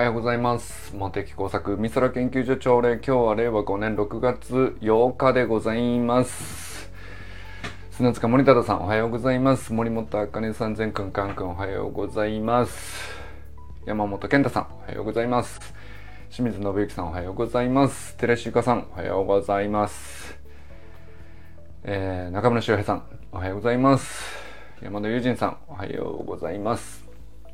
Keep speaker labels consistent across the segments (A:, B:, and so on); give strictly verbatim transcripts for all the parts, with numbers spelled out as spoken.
A: はようございます。茂木工作美空研究所朝礼。今日はれいわごねんろくがつようかでございます。砂塚森忠さんおはようございます。森本茜さん、全くんかんくんおはようございます。山本健太さんおはようございます。清水信之さんおはようございます。テレシカさんおはようございます。えー、中村修平さんおはようございます。山田友人さんおはようございます。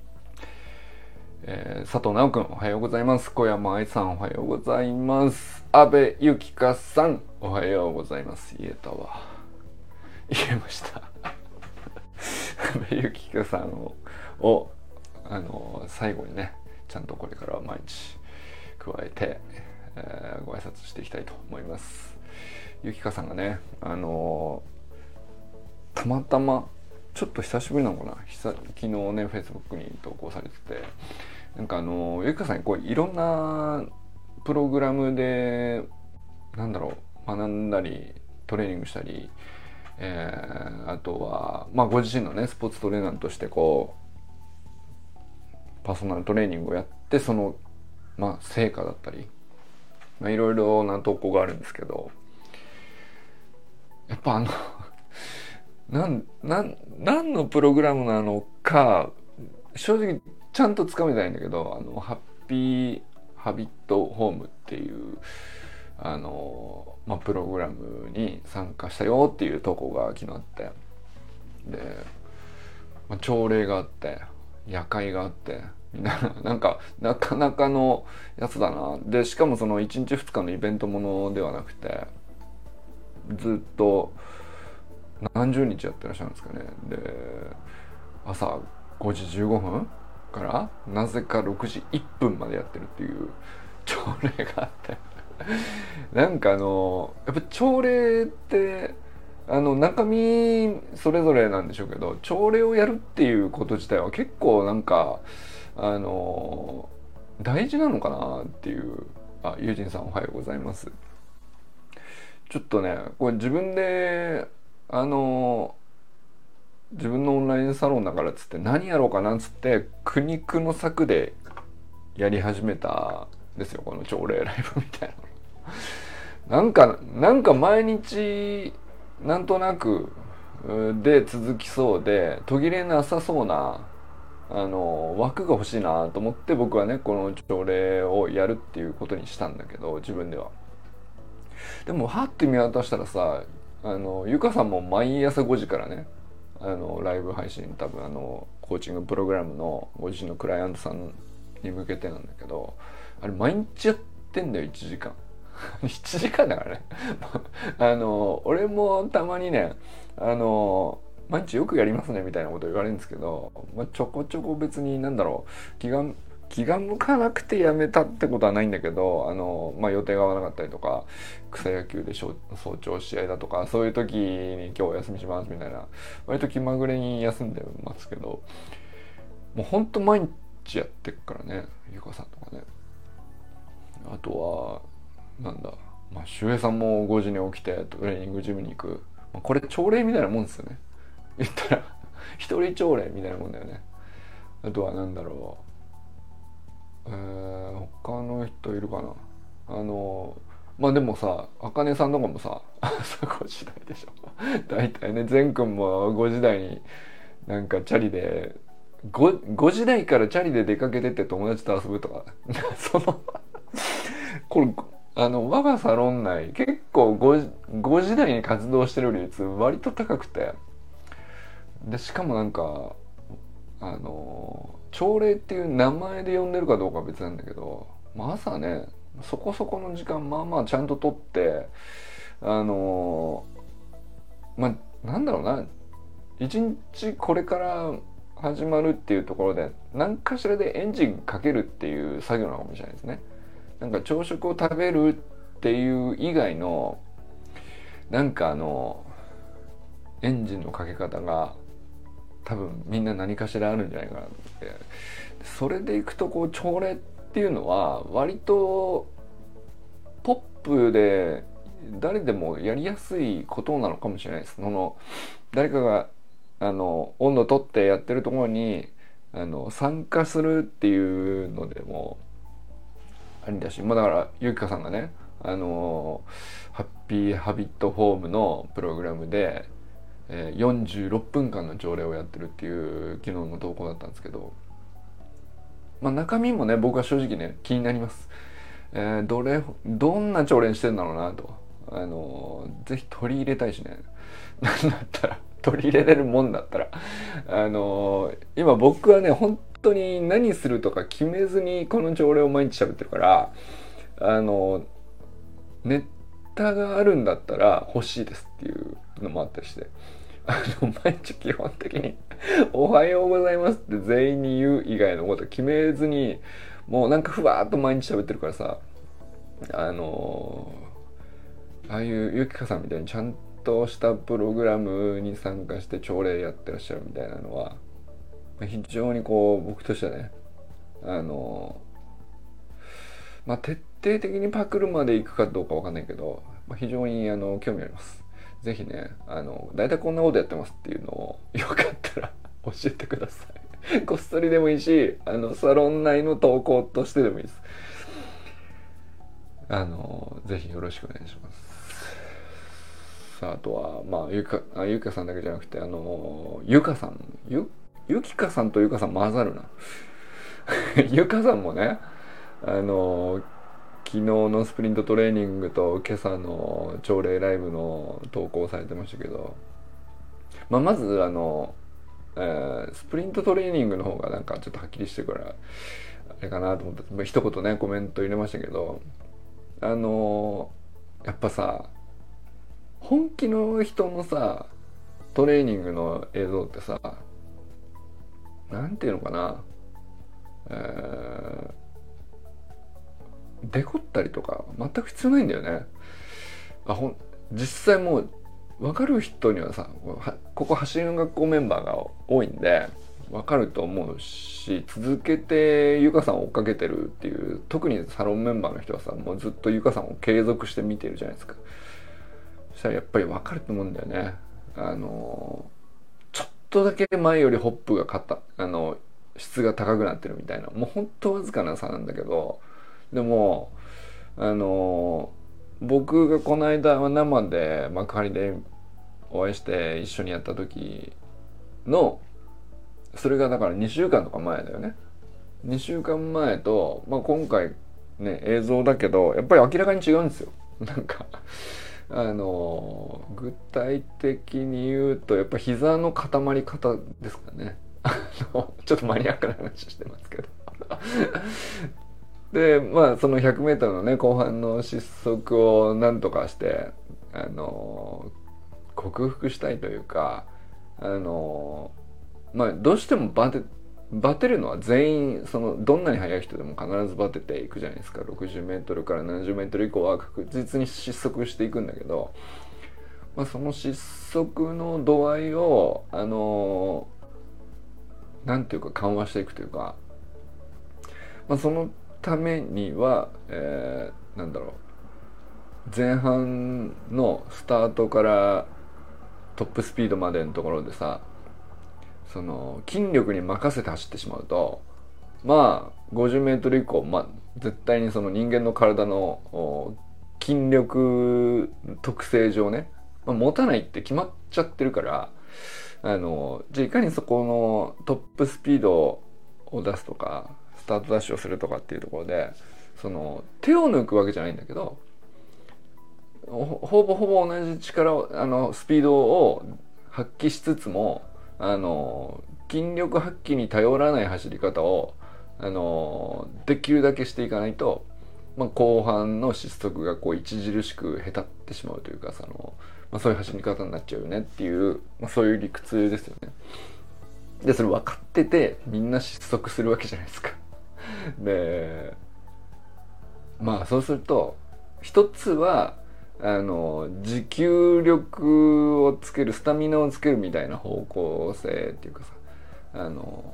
A: えー、佐藤直くんおはようございます。小山愛さんおはようございます。安部ゆきかさんおはようございます。言えたわ、言えました安部ゆきかさんををあの最後にね、ちゃんとこれからは毎日加えて、えー、ご挨拶していきたいと思います。ゆきかさんがね、あのたまたまちょっと久しぶりなのかな、昨日ね Facebook に投稿されてて、なんかあのゆきかさんにこういろんなプログラムでなんだろう学んだりトレーニングしたり、えー、あとはまあご自身のねスポーツトレーナーとしてこうパーソナルトレーニングをやって、そのまあ成果だったり、まあ、いろいろな投稿があるんですけど、やっぱあのなんなん何のプログラムなのか正直ちゃんとつかめないんだけど、あのハッピーハビットホームっていうあの、まあ、プログラムに参加したよっていう投稿が昨日あって、で、まあ、朝礼があって夜会があってみんななんかなかなかのやつだな。でしかもそのいちにちふつかのイベントものではなくて、ずっと何十日やってらっしゃるんですかね。で朝ごじじゅうごふんからなぜかろくじいっぷんまでやってるっていう朝礼があってなんかあのやっぱ朝礼ってあの中身それぞれなんでしょうけど、朝礼をやるっていうこと自体は結構なんかあの大事なのかなっていう。あ、友人さんおはようございます。ちょっとねこれ自分であの自分のオンラインサロンだからっつって何やろうかなっつって苦肉の策でやり始めたんですよ、この朝礼ライブみたいななんかなんか毎日なんとなくで続きそうで途切れなさそうなあの枠が欲しいなと思って、僕はねこの朝礼をやるっていうことにしたんだけど、自分では。でもはって見渡したらさ、あのゆかさんも毎朝ごじからねあのライブ配信、多分あのコーチングプログラムのご自身のクライアントさんに向けてなんだけど、あれ毎日やってんだよ、いちじかんいちじかんだからねあの俺もたまにねあの毎日よくやりますねみたいなこと言われるんですけど、まあ、ちょこちょこ別になんだろう気が気が向かなくてやめたってことはないんだけど、あの、まあ、予定が合わなかったりとか、草野球で早朝試合だとか、そういう時に今日お休みしますみたいな割と気まぐれに休んでますけど、もうほんと毎日やってっからね、ゆかさんとかね。あとはなんだ、まあ、周平さんもごじに起きてトレーニングジムに行く、まあ、これ朝礼みたいなもんですよね、言ったら一人朝礼みたいなもんだよね。あとはなんだろう、えー、他の人いるかな。あのまあでもさ、あかねさんとかもさ朝ごじ台でしょ大体ね。善くんもごじ台になんかチャリで 5, 5時台からチャリで出かけてって友達と遊ぶとかそのこれあの我がサロン内結構 5, 5時台に活動してる率割と高くて、でしかもなんかあの朝礼っていう名前で呼んでるかどうかは別なんだけど、まあ、朝ねそこそこの時間まあまあちゃんととってあのまあなんだろうな、一日これから始まるっていうところで何かしらでエンジンかけるっていう作業なのかもしれないですね。なんか朝食を食べるっていう以外のなんかあのエンジンのかけ方が多分みんな何かしらあるんじゃないかなと思って、それでいくとこう朝礼っていうのは割とポップで誰でもやりやすいことなのかもしれないです。その誰かがあの温度取ってやってるところにあの参加するっていうのでもありだし、まあだからゆきかさんがね、あのー、ハッピーハビットフォームのプログラムで、えー、よんじゅうろっぷんかんの朝礼をやってるっていう昨日の投稿だったんですけど、まあ中身もね僕は正直ね気になります。えー、どれどんな朝礼してんだろうなと、あのー、ぜひ取り入れたいしね、なんだったら取り入れれるもんだったら、あのー、今僕はね本当に何するとか決めずにこの朝礼を毎日喋ってるから、あのー、ネタがあるんだったら欲しいですっていうのもあったりして、あの毎日基本的におはようございますって全員に言う以外のこと決めずに、もうなんかふわーっと毎日喋ってるからさ、あのー、ああいうゆきかさんみたいにちゃんとしたプログラムに参加して朝礼やってらっしゃるみたいなのは非常にこう僕としてはね、あのー、まあ徹底的にパクるまでいくかどうかわかんないけど、まあ、非常にあの興味あります。ぜひね、あのだいたいこんなことやってますっていうのをよかったら教えてください。こっそりでもいいし、あのサロン内の投稿としてでもいいです。あのぜひよろしくお願いします。さあ、あとはまあゆかあゆかさんだけじゃなくて、あのゆかさんゆゆきかさんとゆかさん混ざるな。ゆかさんもね、あの昨日のスプリントトレーニングと今朝の朝礼ライブの投稿されてましたけど、まあ、まずあの、えー、スプリントトレーニングの方がなんかちょっとはっきりしてからあれかなと思って、まあ、一言ねコメント入れましたけど、あのやっぱさ本気の人のさトレーニングの映像ってさ、なんていうのかな、えーデコったりとか全く必要ないんだよね。あほん実際もう分かる人にはさ、ここ走りの学校メンバーが多いんで分かると思うし、続けてゆかさんを追っかけてるっていう、特にサロンメンバーの人はさもうずっとゆかさんを継続して見てるじゃないですか。そしたらやっぱり分かると思うんだよね。あのちょっとだけ前よりホップが勝った、あの質が高くなってるみたいな、もうほんとわずかな差なんだけど、でもあの僕がこの間生で幕張でお会いして一緒にやった時の、それがだからにしゅうかんとか前だよね。にしゅうかんまえと、まあ、今回ね映像だけどやっぱり明らかに違うんですよ。なんかあの具体的に言うとやっぱ膝の固まり方ですかね。あのちょっとマニアックな話してますけどでまあその ひゃくメートル のね後半の失速をなんとかしてあの克服したいというか、あのまあどうしてもバテバテるのは全員そのどんなに速い人でも必ずバテていくじゃないですか。 ろくじゅうメートル から ななじゅうメートル 以降は確実に失速していくんだけど、まあ、その失速の度合いをあのなんていうか緩和していくというか、まあ、そのためには、えー、なんだろう、前半のスタートからトップスピードまでのところでさ、その筋力に任せて走ってしまうと、まあ ごじゅうメートル 以降、まあ、絶対にその人間の体の筋力特性上ね、まあ、持たないって決まっちゃってるから、あのじゃあいかにそこのトップスピードを出すとかスタートダッシュをするとかっていうところで、その手を抜くわけじゃないんだけど、ほぼほぼ同じ力をあのスピードを発揮しつつも、あの筋力発揮に頼らない走り方をあのできるだけしていかないと、まあ、後半の失速がこう著しくへたってしまうというか、その、まあ、そういう走り方になっちゃうよねっていう、まあ、そういう理屈ですよね。でそれ分かっててみんな失速するわけじゃないですか。でまあそうすると一つはあの持久力をつける、スタミナをつけるみたいな方向性っていうかさ、あの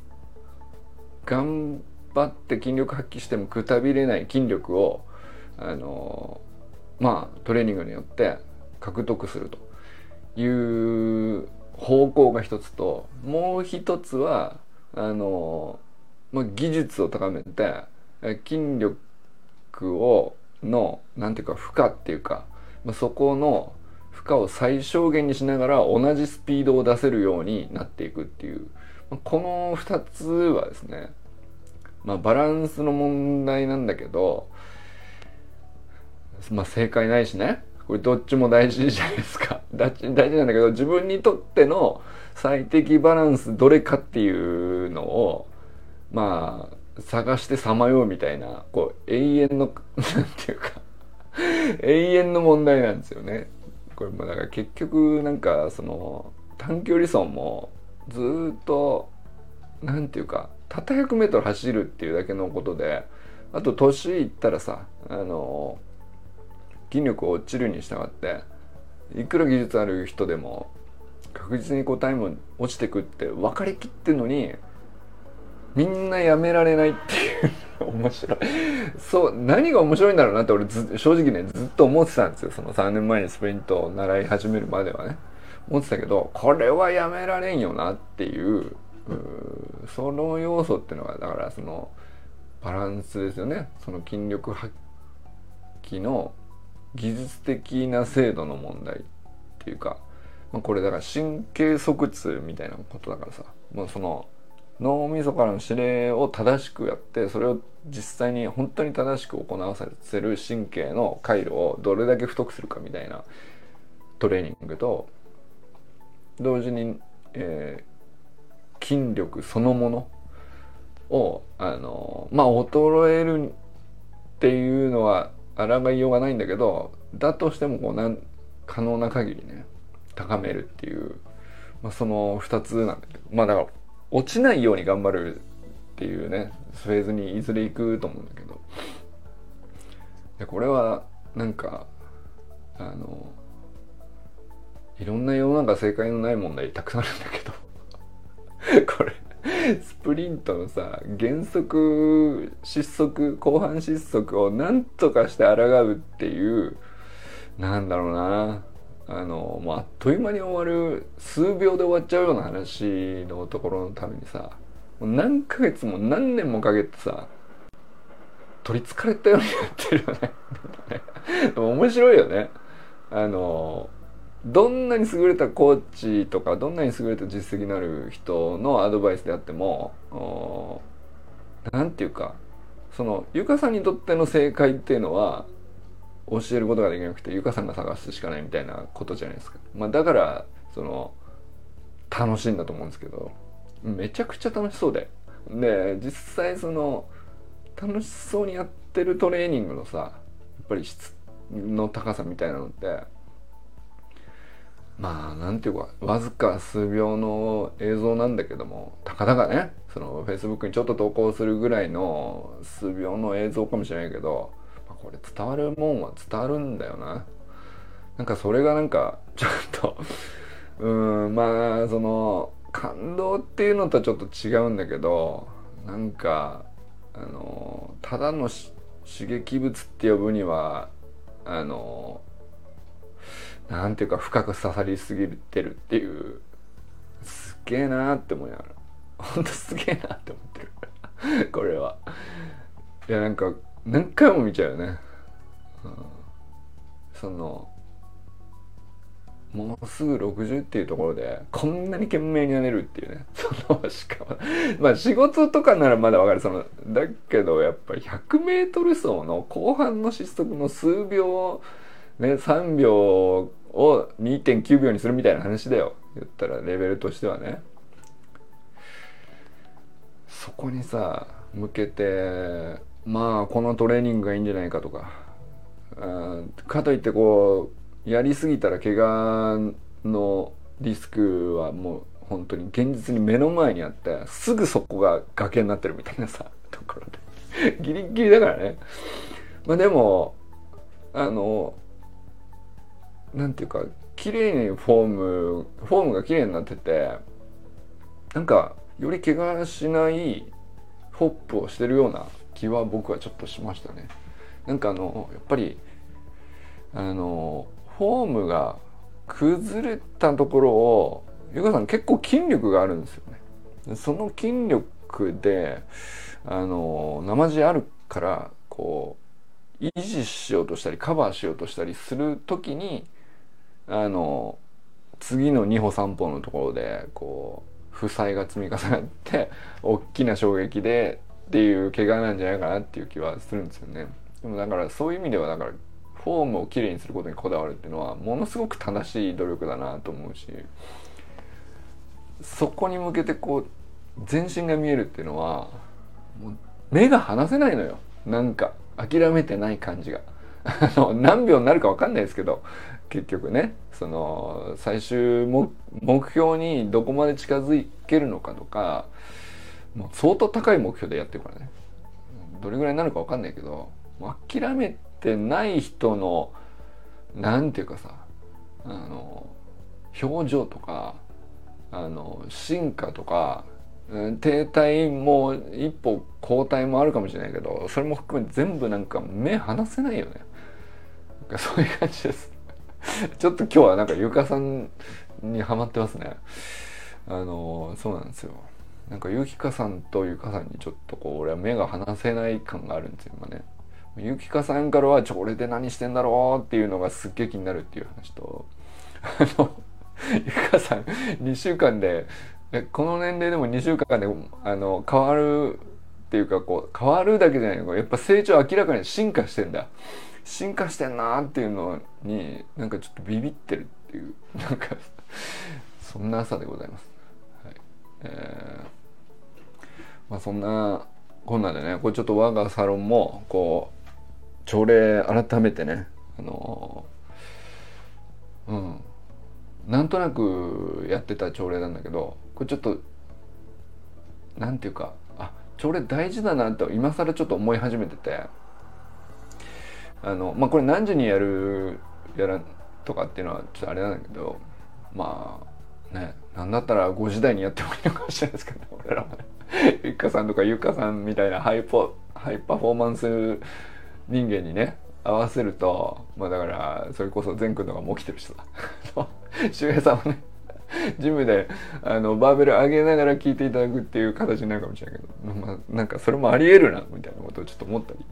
A: 頑張って筋力発揮してもくたびれない筋力をあのまあトレーニングによって獲得するという方向が一つと、もう一つはあの、まあ、技術を高めて筋力肉をのなんていうか負荷っていうか、まあ、そこの負荷を最小限にしながら同じスピードを出せるようになっていくっていう、まあ、このふたつはですね、まあ、バランスの問題なんだけど、まあ、正解ないしね、これどっちも大事じゃないですか。大事なんだけど、自分にとっての最適バランスどれかっていうのをまあ探してさまようみたいな、こう永遠のなんていうか永遠の問題なんですよね。これもだから結局なんかその短距離走もずっとなんていうかたったひゃくメートル走るっていうだけのことで、あと年いったらさ、あの筋力落ちるに従っていくら技術ある人でも確実にこうタイム落ちてくって分かりきってるのに、みんなやめられないっていう面白い。そう、何が面白いんだろうなって俺ず正直ねずっと思ってたんですよ。そのさんねんまえにスプリントを習い始めるまではね思ってたけど、これはやめられんよなっていう、うその要素っていうのがだからそのバランスですよね。その筋力発揮の技術的な精度の問題っていうか、まあ、これだから神経側痛みたいなことだからさ、もうその脳みそからの指令を正しくやって、それを実際に本当に正しく行わせる神経の回路をどれだけ太くするかみたいなトレーニングと同時に、えー、筋力そのものをあのまあ衰えるっていうのは抗いようがないんだけど、だとしてもこうなん可能な限りね高めるっていう、まあ、そのふたつなんだけど、まあだから落ちないように頑張るっていうねフェーズにいずれ行くと思うんだけど、でこれはなんかあのいろんな世の中正解のない問題たくさんあるんだけどこれスプリントのさ減速失速後半失速をなんとかして抗うっていう、なんだろうな、あのもうあっという間に終わる数秒で終わっちゃうような話のところのためにさ、もう何ヶ月も何年もかけてさ取りつかれたようにやってるよね面白いよね。あのどんなに優れたコーチとかどんなに優れた実績のある人のアドバイスであっても、なんていうかそのゆかさんにとっての正解っていうのは教えることができなくてゆかさんが探すしかないみたいなことじゃないですか。まあ、だからその楽しいんだと思うんですけど、めちゃくちゃ楽しそうで、で実際その楽しそうにやってるトレーニングのさやっぱり質の高さみたいなのってまあなんていうかわずか数秒の映像なんだけども、たかだかねその Facebook にちょっと投稿するぐらいの数秒の映像かもしれないけど、まあ、これ伝わるもんは伝わるんだよな。なんかそれがなんかちょっとうーんまあその感動っていうのとはちょっと違うんだけど、なんかあのただの刺激物って呼ぶにはあのなんていうか深く刺さりすぎてるっていう、すっげえなーって思いながらほんとすげえなって思ってるこれはいやなんか何回も見ちゃうよね、うん、そのもうすぐろくじゅうっていうところでこんなに懸命にやれるっていうね、そのしかもまあ仕事とかならまだわかる、そのだけどやっぱりひゃくメートル走の後半の失速の数秒ねさんびょうを にてんきゅうびょうにするみたいな話だよ、言ったらレベルとしてはね。そこにさ向けてまあこのトレーニングがいいんじゃないかとか、あかといってこうやりすぎたら怪我のリスクはもう本当に現実に目の前にあってすぐそこが崖になってるみたいなさところでギリギリだからね。まあでもあのなんていうか綺麗にフォームフォームが綺麗になってて、なんかより怪我しないホップをしてるような気は僕はちょっとしましたね。なんかあのやっぱりあのフォームが崩れたところをゆかさん結構筋力があるんですよね。その筋力であの生地あるからこ維持しようとしたりカバーしようとしたりする時にあの次のに歩さん歩のところでこう負債が積み重なって大きな衝撃でっていう怪我なんじゃないかなっていう気はするんですよね。でもだからそういう意味ではだからフォームをきれいにすることにこだわるっていうのはものすごく正しい努力だなと思うし、そこに向けてこう全身が見えるっていうのはもう目が離せないのよ。なんか諦めてない感じがあの何秒になるか分かんないですけど、結局ねその最終目標にどこまで近づけるのかとか、もう相当高い目標でやってるからね、どれぐらいになるか分かんないけど、諦めてない人のなんていうかさ、あの表情とかあの進化とか停滞も一歩後退もあるかもしれないけど、それも含めて全部なんか目離せないよね。なんかそういう感じですちょっと今日はなんかゆかさんにハマってますね。あのそうなんですよ。なんかゆきかさんとゆかさんにちょっとこう俺は目が離せない感があるんですよ今ね。ゆきかさんからはちょ俺で何してんだろうっていうのがすっげえ気になるっていう話と、あのゆきかさんにしゅうかんでこの年齢でもにしゅうかんであの変わるっていうか、こう変わるだけじゃないの、やっぱ成長明らかに進化してんだ進化してんなっていうのになんかちょっとビビってるっていう、なんかそんな朝でございます。はい、えー、まあそんなこんなでね、これちょっと我がサロンもこう朝礼改めてね、あのー、うんなんとなくやってた朝礼なんだけど、これちょっとなんていうか、あ朝礼大事だなと今更ちょっと思い始めてて、あのまあこれ何時にやるやらとかっていうのはちょっとあれなんだけど、まあねなんだったらごじ台にやってもいいのかもしれないですけど、ね、俺らもねゆっかさんとかゆっかさんみたいなハイポハイパフォーマンス人間にね合わせると、まあだからそれこそ善くんとかも起きてるしさ周平さんもねジムであのバーベル上げながら聞いていただくっていう形になるかもしれないけど、まあ、なんかそれもありえるなみたいなことをちょっと思ったり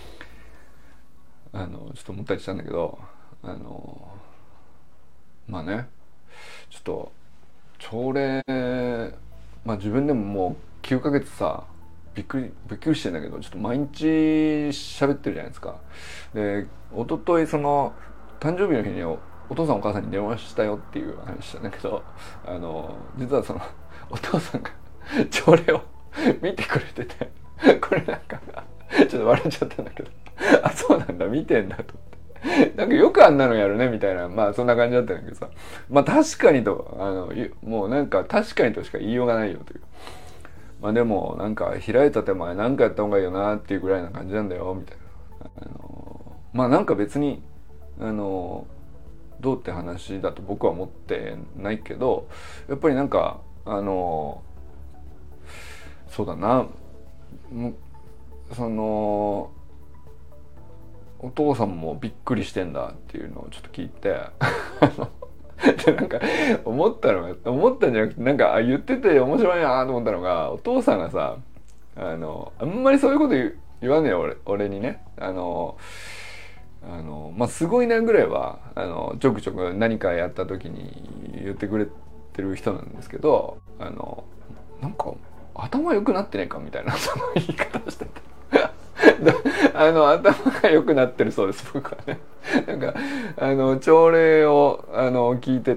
A: あのちょっと思ったりしたんだけど、あのまあねちょっと朝礼、まあ自分でももうきゅうかげつさびっくりびっくりしてんだけど、ちょっと毎日喋ってるじゃないですか。で一昨日その誕生日の日にお父さんお母さんに電話したよっていう話したんだけど、あの実はそのお父さんが朝礼を見てくれてて、これなんかちょっと笑っちゃったんだけど、あそうなんだ見てんだと思って、なんかよくあんなのやるねみたいな、まあそんな感じだったんだけどさ、まあ確かにとあのもうなんか確かにとしか言いようがないよという。まあでもなんか開いた手前なんかやった方がいいよなっていうぐらいな感じなんだよみたいな、あのまあなんか別にあのどうって話だと僕は思ってないけど、やっぱりなんかあのそうだな、そのお父さんもびっくりしてんだっていうのをちょっと聞いてでなんか思ったのが思ったんじゃなくて、なんか言ってて面白いなと思ったのが、お父さんがさあのあんまりそういうこと言う言わねえよ 俺, 俺にね、あのあのまあすごいなぐらいはあのちょくちょく何かやった時に言ってくれてる人なんですけど、あのなんか頭良くなってねえかみたいなその言い方しててあの頭が良くなってるそうです僕はね。なんかあの朝礼をあの聞いてって、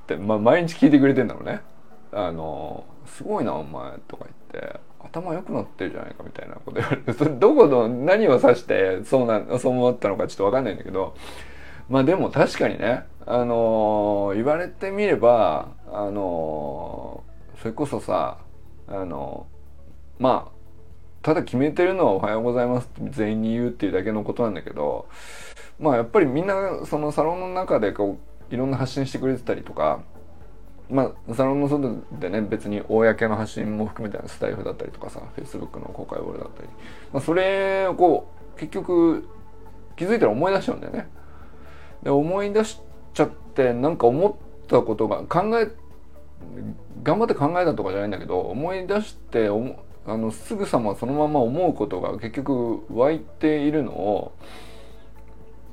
A: まあ、毎日聞いてくれてんだろうね。あのすごいなお前とか言って頭良くなってるじゃないかみたいなこと言われて、それどこの何を指してそうなそう思ったのかちょっと分かんないんだけど、まあでも確かにね、あの言われてみればあのそれこそさあのまあただ決めてるのはおはようございますって全員に言うっていうだけのことなんだけど、まあやっぱりみんなそのサロンの中でこういろんな発信してくれてたりとか、まあサロンの外でね別に公の発信も含めてスタイフだったりとかさ Facebook の公開ウォールだったり、まあ、それをこう結局気づいたら思い出しちゃうんだよね。で思い出しちゃってなんか思ったことが考え頑張って考えたとかじゃないんだけど、思い出してあのすぐさまそのまま思うことが結局湧いているのを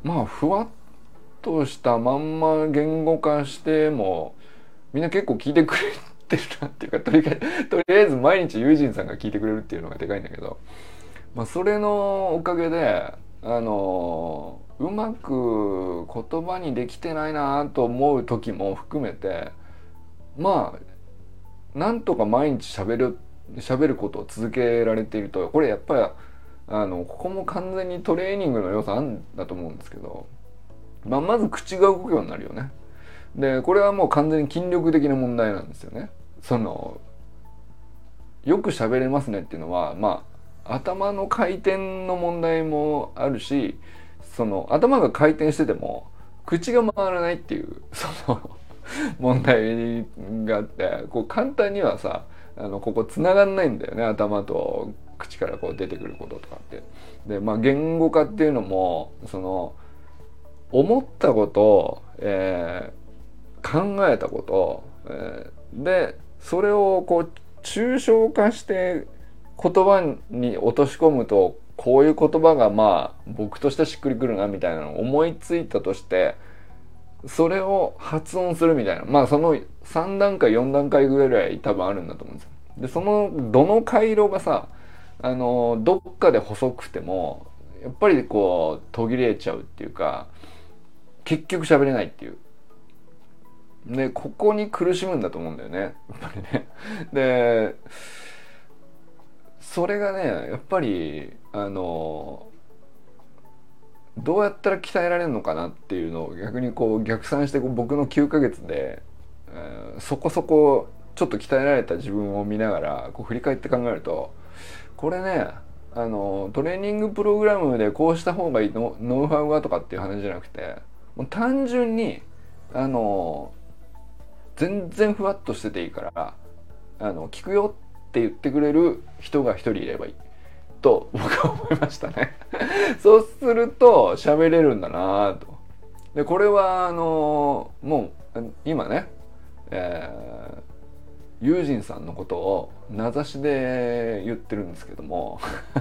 A: まあふわっとしたまんま言語化してもみんな結構聞いてくれてるなっていうか、とりあえずとりあえず毎日ユージンさんが聞いてくれるっていうのがでかいんだけど、まあ、それのおかげであのうまく言葉にできてないなと思う時も含めて、まあなんとか毎日喋る喋ることを続けられていると、これやっぱりあのここも完全にトレーニングの要素あるんだと思うんですけど、まあ、まず口が動くようになるよね。でこれはもう完全に筋力的な問題なんですよね。そのよく喋れますねっていうのは、まあ頭の回転の問題もあるし、その頭が回転してても口が回らないっていうその問題があって、こう簡単にはさ、あのここ繋がんないんだよね、頭と口からこう出てくることとかって。でまあ言語化っていうのも、その思ったこと、えー、考えたこと、えー、でそれをこう抽象化して言葉に落とし込むと、こういう言葉がまあ僕としてはしっくりくるなみたいなのを思いついたとして、それを発音するみたいな、まあそのさん段階よん段階ぐらい多分あるんだと思うんですよ。でそのどの回路がさ、あのどっかで細くてもやっぱりこう途切れちゃうっていうか、結局喋れないっていう。でここに苦しむんだと思うんだよね、やっぱりね。でそれがね、やっぱりあのどうやったら鍛えられるのかなっていうのを逆にこう逆算して、こう僕のきゅうかげつで、えー、そこそこちょっと鍛えられた自分を見ながらこう振り返って考えると、これね、あのトレーニングプログラムでこうした方がいいのノウハウがとかっていう話じゃなくて、もう単純にあの全然ふわっとしてていいからあの聞くよって言ってくれる人が一人いればいいと僕は思いましたね。そうすると喋れるんだなと。でこれはあのもう今ね、えー、ユージンさんのことを名指しで言ってるんですけども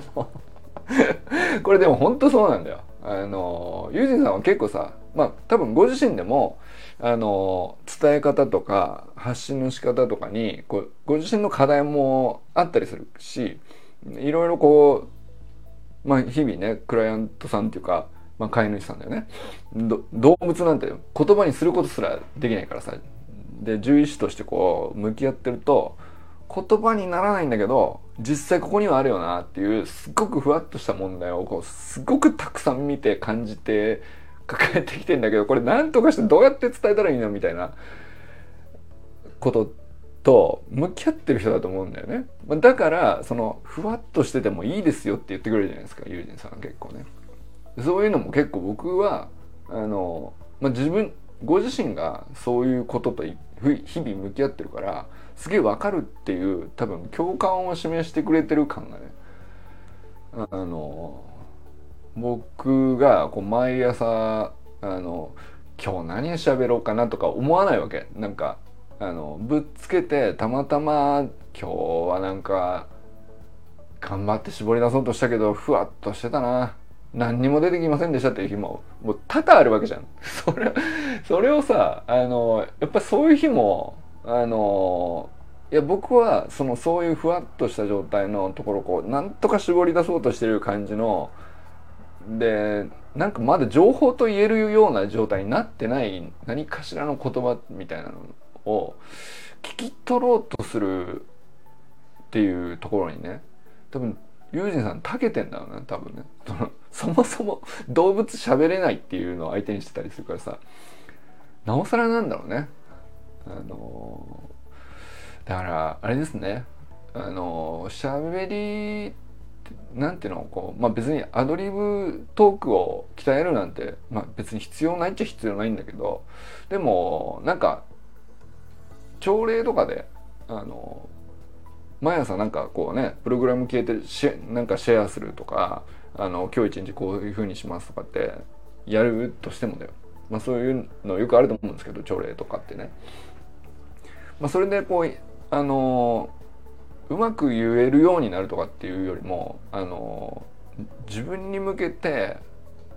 A: これでも本当そうなんだよ。あのユージンさんは結構さ、まあ多分ご自身でもあの伝え方とか発信の仕方とかにこうご自身の課題もあったりするし、いろいろこう、まあ、日々ねクライアントさんっていうか、まあ、飼い主さんだよね、動物なんて言葉にすることすらできないからさ、で獣医師としてこう向き合ってると言葉にならないんだけど実際ここにはあるよなっていうすっごくふわっとした問題をこうすごくたくさん見て感じて抱えてきてんだけど、これ何とかしてどうやって伝えたらいいのみたいなことと向き合ってる人だと思うんだよね。だからそのふわっとしててもいいですよって言ってくれるじゃないですか、ユージンさんは結構ね。そういうのも結構僕はあの、まあ、自分ご自身がそういうことと日々向き合ってるからすげえわかるっていう多分共感を示してくれてる感がね、あの僕がこう毎朝あの今日何喋ろうかなとか思わないわけ。なんかあのぶっつけてたまたま今日はなんか頑張って絞り出そうとしたけどふわっとしてたな、何にも出てきませんでしたっていう日ももう多々あるわけじゃん。それそれをさ、あのやっぱそういう日もあのいや僕はそのそういうふわっとした状態のところをこうなんとか絞り出そうとしてる感じので、なんかまだ情報と言えるような状態になってない何かしらの言葉みたいなのを聞き取ろうとするっていうところにね、多分ユージンさん長けてんだろうね、多分ね。そもそも動物喋れないっていうのを相手にしてたりするからさ、なおさらなんだろうね。あのだからあれですね、あの喋りなんていうのこう、まあ、別にアドリブトークを鍛えるなんて、まあ、別に必要ないっちゃ必要ないんだけど、でもなんか朝礼とかであの毎朝なんかこうねプログラム消えてシェなんかシェアするとか、あの今日一日こういう風にしますとかってやるとしてもだよ、まあ、そういうのよくあると思うんですけど朝礼とかってね、まあ、それでこうあのうまく言えるようになるとかっていうよりも、あの自分に向けて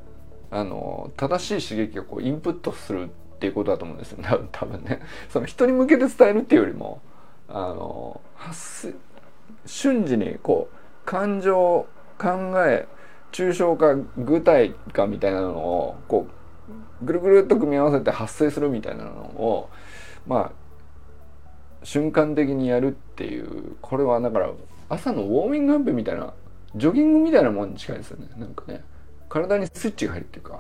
A: あの正しい刺激をこうインプットするっていうことだと思うんですよ多分ね。その人に向けて伝えるっていうよりもあの発瞬時にこう感情考え抽象化具体化みたいなのをこうぐるぐるっと組み合わせて発生するみたいなのをまあ瞬間的にやるっていう、これはだから朝のウォーミングアップみたいなジョギングみたいなもんに近いですよね。なんかね体にスイッチが入るっていうか、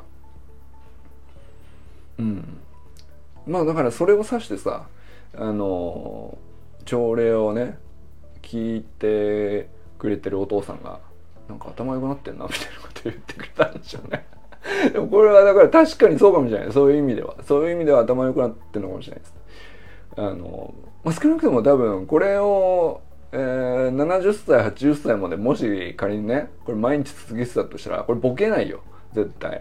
A: うんまあだからそれを指してさ、あの朝礼をね聞いてくれてるお父さんがなんか頭良くなってんなみたいなこと言ってくれたんでしょうね。でもこれはだから確かにそうかもしれない。そういう意味ではそういう意味では頭良くなってるのかもしれないです。あの、まあ、少なくとも多分これを、えー、ななじゅっさいはちじゅっさいまでもし仮にねこれ毎日続けてたとしたらこれボケないよ絶対。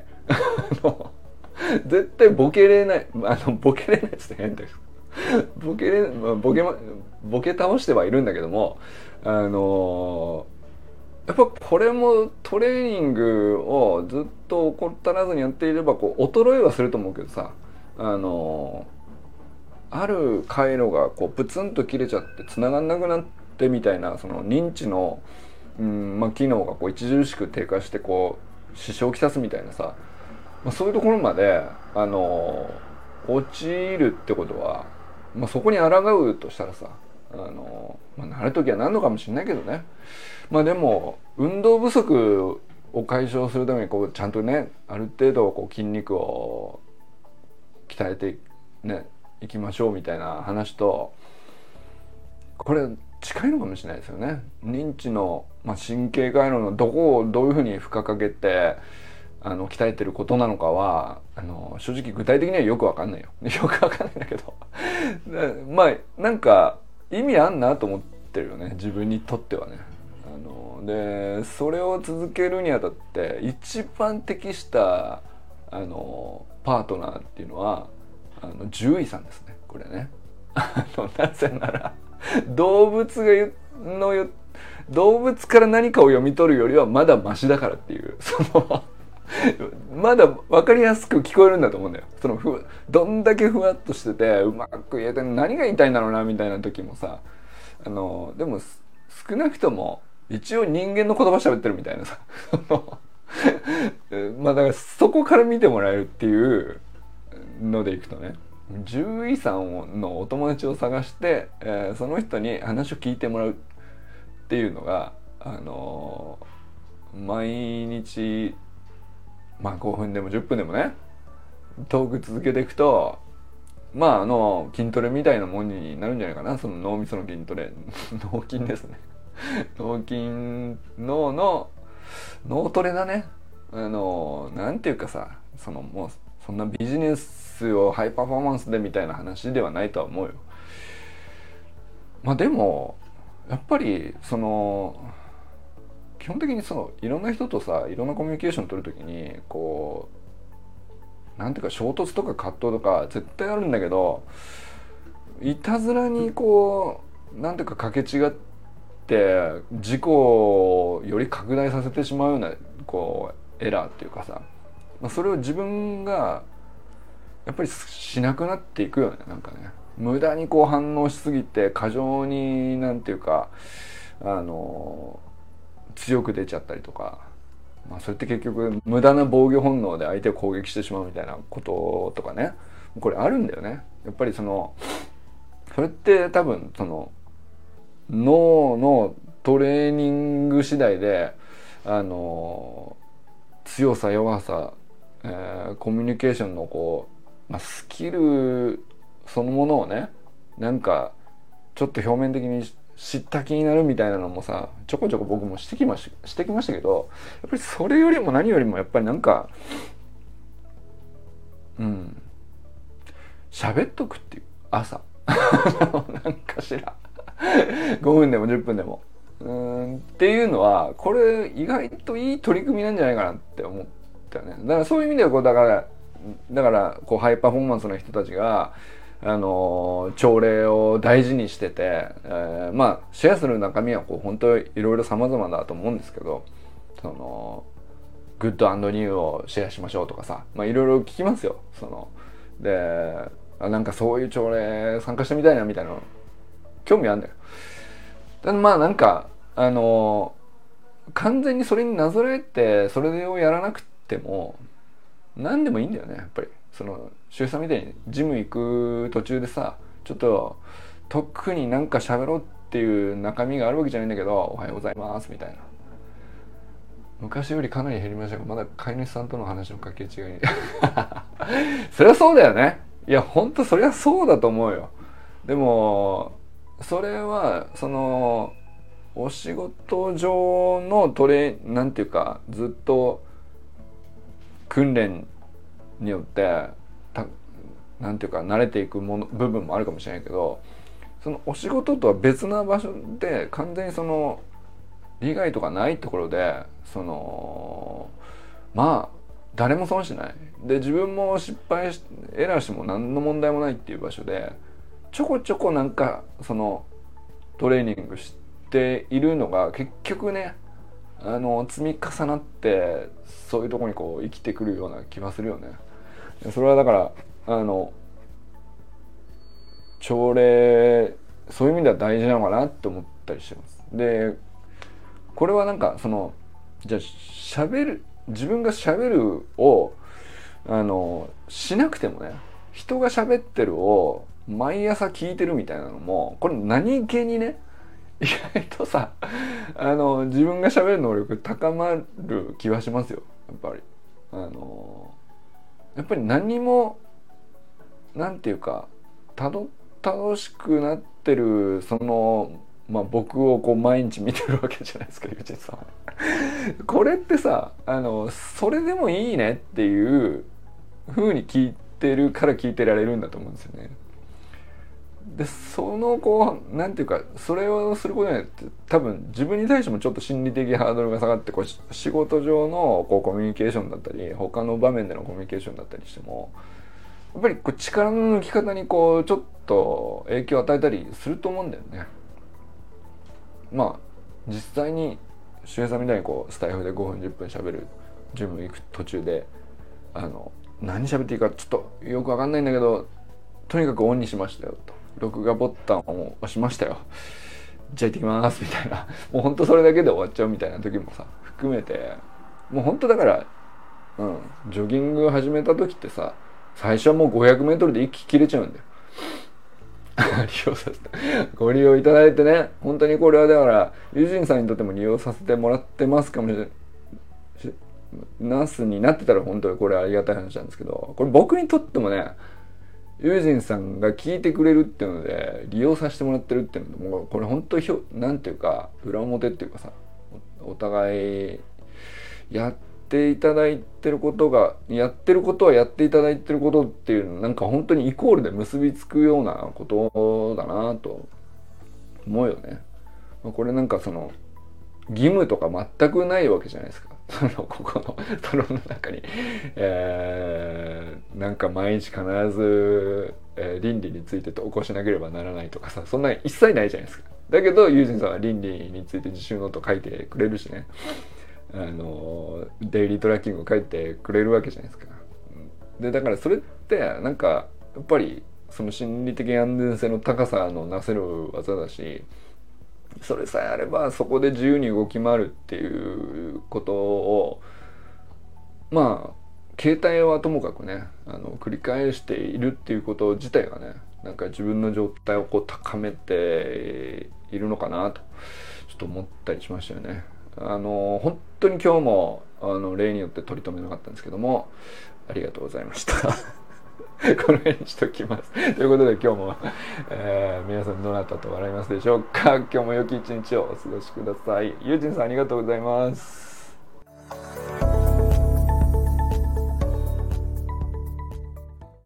A: 絶対ボケれないあのボケれないですね変です。ボケれ、まあ、ボケまボケ倒してはいるんだけども、あのー、やっぱこれもトレーニングをずっと怠らずにやっていればこう衰えはすると思うけどさ、あのー、ある回路がこうプツンと切れちゃって繋がんなくなってみたいなその認知の、うんまあ、機能がこう著しく低下してこう支障をきたすみたいなさ、まあ、そういうところまで、あのー、陥るってことは、まあ、そこに抗うとしたらさ、あのーまあ、なる時はなんのかもしれないけどね、まあでも運動不足を解消するためにこうちゃんとねある程度こう筋肉を鍛えてねいきましょうみたいな話とこれ近いのかもしれないですよね。認知の、まあ、神経回路のどこをどういうふうに負荷かけてあの鍛えてることなのかはあの正直具体的にはよくわかんないよ。よくわかんないんだけどまあなんか意味あんなと思ってるよね自分にとってはね。あのでそれを続けるにあたって一番適したあのパートナーっていうのはあの獣医さんですねこれね。あのなぜなら動物が言の言動物から何かを読み取るよりはまだマシだからっていうそのまだ分かりやすく聞こえるんだと思うんだよ。そのふどんだけふわっとしててうまく言えて何が言いたいんだろうなみたいな時もさ、あのでも少なくとも一応人間の言葉喋ってるみたいなさまあだからそこから見てもらえるっていうのでいくとね、獣医さんのお友達を探して、えー、その人に話を聞いてもらうっていうのがあのー、毎日まあごふんでもじゅっぷんでもねトーク続けていくとまああの筋トレみたいなもんになるんじゃないかな。その脳みその筋トレ脳筋ですね脳筋脳の脳トレだね。あのなんていうかさそのもうそんなビジネスをハイパフォーマンスでみたいな話ではないとは思うよ。まあでもやっぱりその基本的にそのいろんな人とさいろんなコミュニケーションを取るときにこうなんていうか衝突とか葛藤とか絶対あるんだけどいたずらにこうなんていうかかけ違って事故をより拡大させてしまうようなこうエラーっていうかさ、まあ、それを自分がやっぱりしなくなっていくよね。なんかね無駄にこう反応しすぎて過剰になんていうかあの強く出ちゃったりとか、まあ、それって結局無駄な防御本能で相手を攻撃してしまうみたいなこととかねこれあるんだよね。やっぱりそのそれって多分その脳のトレーニング次第であの強さ弱さ、えー、コミュニケーションのこう、まあ、スキルそのものをねなんかちょっと表面的に知った気になるみたいなのもさちょこちょこ僕もしてきまし、してきましたけどやっぱりそれよりも何よりもやっぱりなんかうん喋っとくっていう朝なんかしらごふんでもじゅっぷんでもうーんっていうのはこれ意外といい取り組みなんじゃないかなって思ったよね。だからそういう意味ではこうだからだからこうハイパフォーマンスの人たちがあの朝礼を大事にしてて、えー、まあシェアする中身はこう本当にいろいろ様々だと思うんですけどそのグッド&ニューをシェアしましょうとかさ、まあいろいろ聞きますよ。そのであなんかそういう朝礼参加してみたいなみたいなの興味あるんだよ。ただまあなんかあの完全にそれになぞらえてそれをやらなくても何でもいいんだよね。やっぱりその周さんみたいにジム行く途中でさちょっと特になんか喋ろうっていう中身があるわけじゃないんだけどおはようございますみたいな。昔よりかなり減りましたがまだ飼い主さんとの話の掛け違いにそりゃそうだよね。いやほんとそりゃそうだと思うよ。でもそれはそのお仕事上のトレなんていうかずっと訓練によってたなんていうか慣れていくもの部分もあるかもしれないけどそのお仕事とは別な場所で完全にその利害とかないところでそのまあ誰も損しないで自分も失敗しエラーしても何の問題もないっていう場所でちょこちょこなんかそのトレーニングしているのが結局ねあの積み重なってそういうところにこう生きてくるような気がするよね。それはだからあの朝礼そういう意味では大事なのかなって思ったりしてます。でこれはなんかそのじゃあ喋る自分が喋るをあのしなくてもね人が喋ってるを毎朝聞いてるみたいなのもこれ何気にね意外とさあの自分が喋る能力高まる気はしますよ。やっぱりあのやっぱり何もなんていうかたど楽しくなってるそのまあ僕をこう毎日見てるわけじゃないですかゆうちんさんはこれってさあのそれでもいいねっていう風に聞いてるから聞いてられるんだと思うんですよね。でそのこうなんていうかそれをすることによって多分自分に対してもちょっと心理的ハードルが下がってこう仕事上のこうコミュニケーションだったり他の場面でのコミュニケーションだったりしてもやっぱりこう力の抜き方にこうちょっと影響を与えたりすると思うんだよね。まあ実際に周平さんみたいにこうスタイフでごふんじゅっぷん喋るジム行く途中であの何喋っていいかちょっとよく分かんないんだけどとにかくオンにしましたよと録画ボタンを押しましたよじゃあ行ってきますみたいなもうほんとそれだけで終わっちゃうみたいな時もさ含めてもうほんとだからうんジョギング始めた時ってさ最初はもうごひゃくメートルで息切れちゃうんだよ利用させてご利用いただいてね本当にこれはだからユージンさんにとっても利用させてもらってますかもしれないナスになってたら本当にこれありがたい話なんですけどこれ僕にとってもねユージンさんが聞いてくれるっていうので利用させてもらってるっていうのでもうこれ本当になんていうか裏表っていうかさお互いやっていただいてることがやってることはやっていただいてることっていうのなんか本当にイコールで結びつくようなことだなと思うよね。これなんかその義務とか全くないわけじゃないですか。そのここのトロンの中に、えー、なんか毎日必ず、えー、倫理について投稿しなければならないとかさそんな一切ないじゃないですか。だけどユージンさんは倫理について自習ノート書いてくれるしねあのデイリートラッキングを書いてくれるわけじゃないですか。でだからそれってなんかやっぱりその心理的安全性の高さのなせる技だしそれさえあればそこで自由に動き回るっていうことをまあ携帯はともかくねあの繰り返しているっていうこと自体がねなんか自分の状態をこう高めているのかなとちょっと思ったりしましたよね。あの本当に今日もあの例によって取り留めなかったんですけどもありがとうございましたこの辺にしときますということで今日も、えー、皆さんどなたと笑いますでしょうか。今日も良き一日をお過ごしください。ユージンさんありがとうございます。